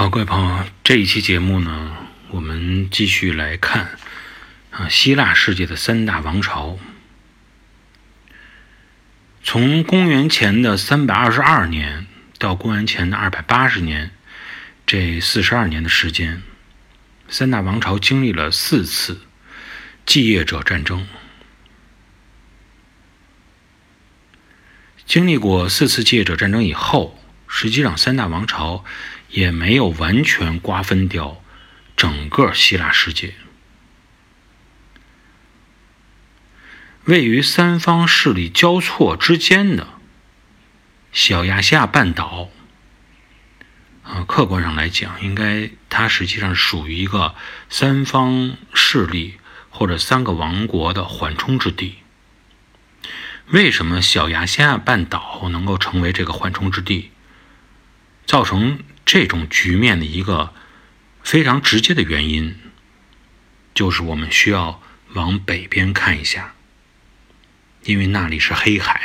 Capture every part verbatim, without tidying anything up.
好，各位朋友，这一期节目呢，我们继续来看啊希腊世界的三大王朝。从公元前的三百二十二年到公元前的二百八十年，这四十二年的时间，三大王朝经历了四次继业者战争。经历过四次继业者战争以后，实际上三大王朝也没有完全瓜分掉整个希腊世界。位于三方势力交错之间的小亚细亚半岛，啊，客观上来讲，应该它实际上属于一个三方势力或者三个王国的缓冲之地。为什么小亚细亚半岛能够成为这个缓冲之地？造成这种局面的一个非常直接的原因，就是我们需要往北边看一下，因为那里是黑海，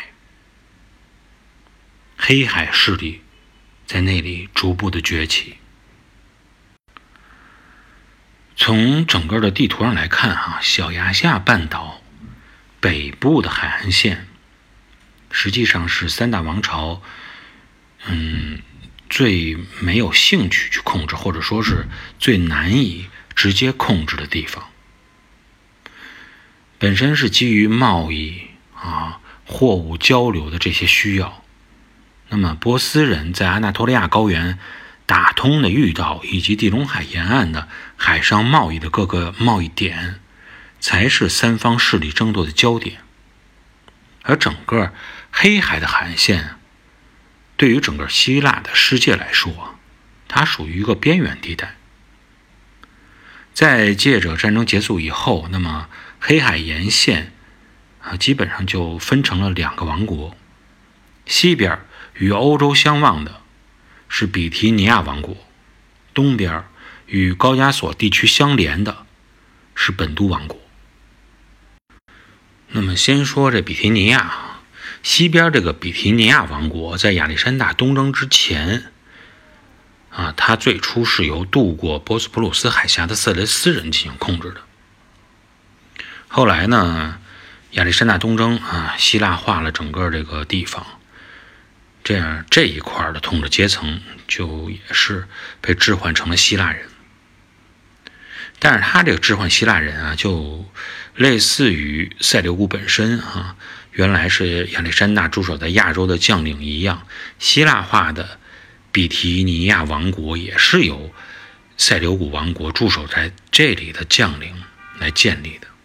黑海势力在那里逐步的崛起。从整个的地图上来看啊，小亚细亚半岛北部的海岸线实际上是三大王朝嗯最没有兴趣去控制，或者说是最难以直接控制的地方。本身是基于贸易啊、货物交流的这些需要。那么波斯人在阿纳托利亚高原打通的遇到，以及地中海沿岸的海上贸易的各个贸易点，才是三方势力争夺的焦点。而整个黑海的海岸线对于整个希腊的世界来说，它属于一个边缘地带。在继业者战争结束以后，那么黑海沿线啊，基本上就分成了两个王国。西边与欧洲相望的是比提尼亚王国，东边与高加索地区相连的是本都王国。那么先说这比提尼亚。西边这个比提尼亚王国在亚历山大东征之前啊，它最初是由渡过波斯普鲁斯海峡的色雷斯人进行控制的。后来呢，亚历山大东征啊，希腊化了整个这个地方，这样这一块的统治阶层就也是被置换成了希腊人。但是他这个置换希腊人啊，就类似于塞琉古本身啊，原来是亚历山大驻守在亚洲的将领一样，希腊化的比提尼亚王国也是由塞琉古王国驻守在这里的将领来建立的。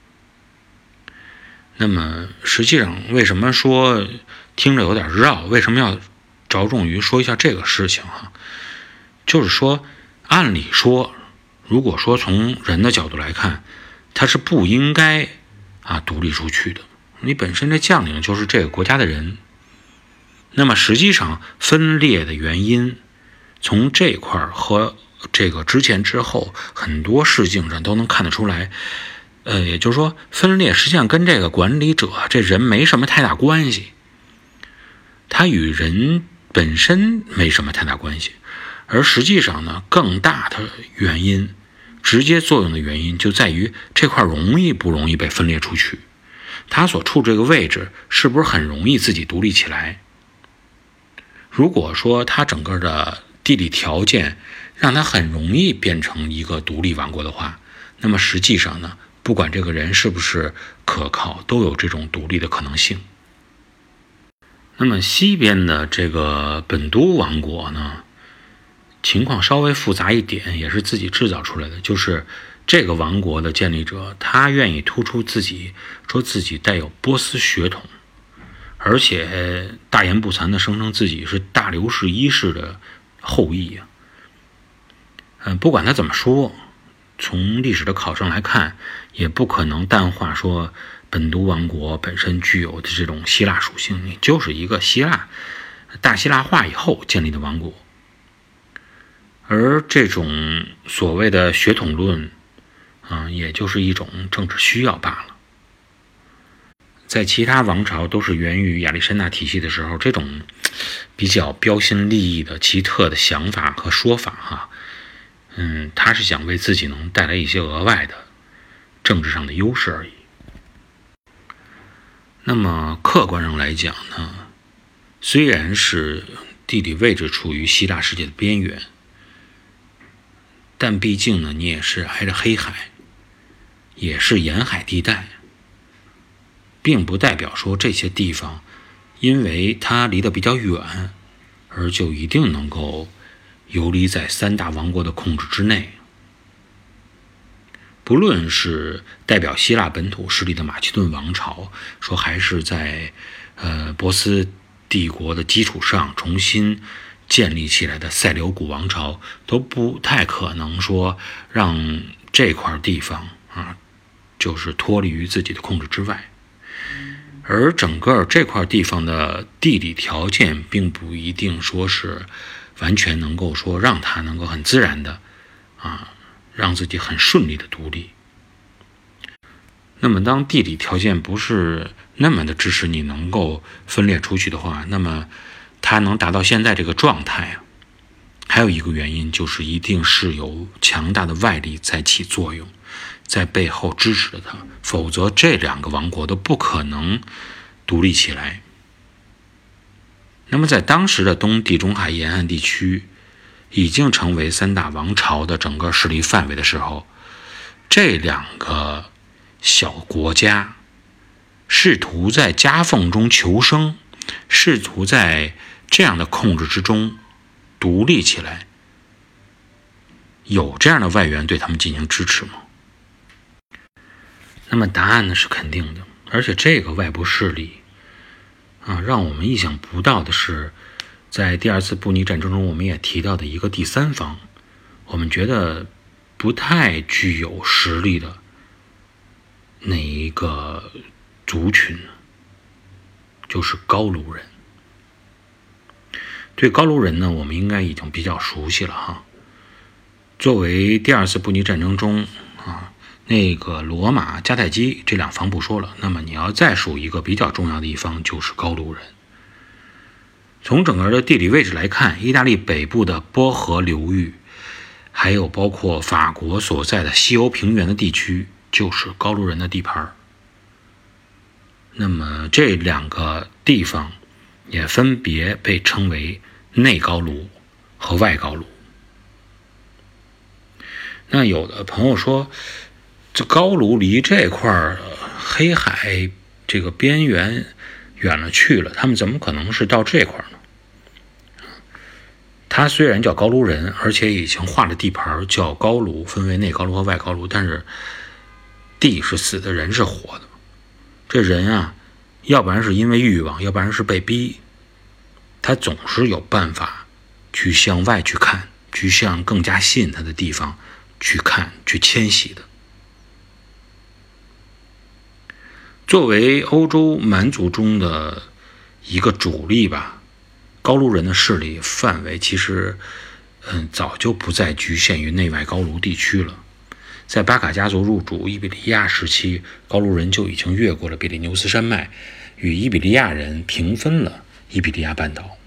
那么实际上为什么说听着有点绕，为什么要着重于说一下这个事情啊？就是说按理说，如果说从人的角度来看，他是不应该啊独立出去的。你本身这将领就是这个国家的人，那么实际上分裂的原因，从这块和这个之前之后很多事情上都能看得出来。呃，也就是说，分裂实际上跟这个管理者这人没什么太大关系，他与人本身没什么太大关系，而实际上呢，更大的原因，直接作用的原因就在于这块容易不容易被分裂出去。他所处这个位置是不是很容易自己独立起来？如果说他整个的地理条件让他很容易变成一个独立王国的话，那么实际上呢，不管这个人是不是可靠，都有这种独立的可能性。那么西边的这个本都王国呢，情况稍微复杂一点，也是自己制造出来的。就是这个王国的建立者，他愿意突出自己，说自己带有波斯血统，而且大言不惭地声称自己是大流士一世的后裔啊。嗯，不管他怎么说，从历史的考证来看，也不可能淡化说本都王国本身具有的这种希腊属性，你就是一个希腊大希腊化以后建立的王国。而这种所谓的血统论啊，也就是一种政治需要罢了。 在其他王朝都是源于亚历山大体系的时候，这种比较标新立异的奇特的想法和说法哈，嗯，他是想为自己能带来一些额外的政治上的优势而已。那么客观上来讲呢，虽然是地理位置处于希腊世界的边缘，但毕竟呢，你也是挨着黑海，也是沿海地带，并不代表说这些地方因为它离得比较远，而就一定能够游离在三大王国的控制之内。不论是代表希腊本土势力的马其顿王朝，说还是在呃波斯帝国的基础上重新建立起来的塞琉古王朝，都不太可能说让这块地方啊，就是脱离于自己的控制之外。而整个这块地方的地理条件并不一定说是完全能够说让它能够很自然的啊，让自己很顺利的独立。那么当地理条件不是那么的支持你能够分裂出去的话，那么它能达到现在这个状态啊，还有一个原因就是一定是有强大的外力在起作用，在背后支持着它，否则这两个王国都不可能独立起来。那么在当时的东地中海沿岸地区已经成为三大王朝的整个势力范围的时候，这两个小国家试图在夹缝中求生，试图在这样的控制之中独立起来，有这样的外援对他们进行支持吗？那么答案呢是肯定的。而且这个外部势力啊，让我们意想不到的是，在第二次布匿战争中我们也提到的一个第三方，我们觉得不太具有实力的那一个族群，就是高卢人。对高卢人呢，我们应该已经比较熟悉了哈。作为第二次布匿战争中啊，那个罗马、迦太基这两方不说了，那么你要再数一个比较重要的一方，就是高卢人。从整个的地理位置来看，意大利北部的波河流域，还有包括法国所在的西欧平原的地区，就是高卢人的地盘。那么这两个地方也分别被称为内高卢和外高卢。那有的朋友说，这高卢离这块黑海这个边缘远了去了，他们怎么可能是到这块呢？他虽然叫高卢人，而且已经划了地盘叫高卢，分为内高卢和外高卢，但是地是死的，人是活的。这人啊，要不然是因为欲望，要不然是被逼，他总是有办法去向外去看，去向更加吸引他的地方去看，去迁徙的。作为欧洲蛮族中的一个主力吧，高卢人的势力范围其实嗯，早就不再局限于内外高卢地区了。在巴卡家族入主伊比利亚时期，高卢人就已经越过了比利牛斯山脉，与伊比利亚人平分了伊比利亚半岛。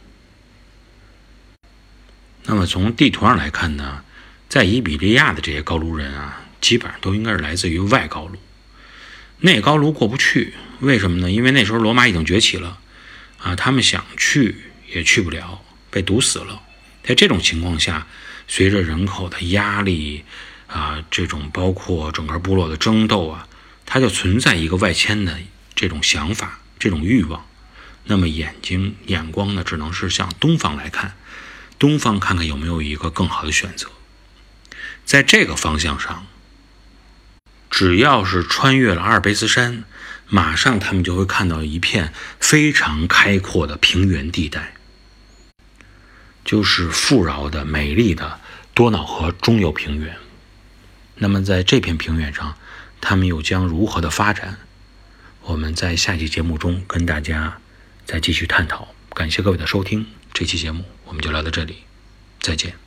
那么从地图上来看呢，在伊比利亚的这些高卢人啊，基本上都应该是来自于外高卢。内高卢过不去，为什么呢？因为那时候罗马已经崛起了啊，他们想去也去不了，被堵死了。在这种情况下，随着人口的压力啊，这种包括整个部落的争斗啊，它就存在一个外迁的这种想法，这种欲望。那么眼睛眼光呢，只能是向东方来看，东方看看有没有一个更好的选择。在这个方向上，只要是穿越了阿尔卑斯山，马上他们就会看到一片非常开阔的平原地带，就是富饶的美丽的多瑙河中游平原。那么在这片平原上，他们又将如何的发展？我们在下期节目中跟大家再继续探讨。感谢各位的收听，这期节目我们就聊到这里，再见。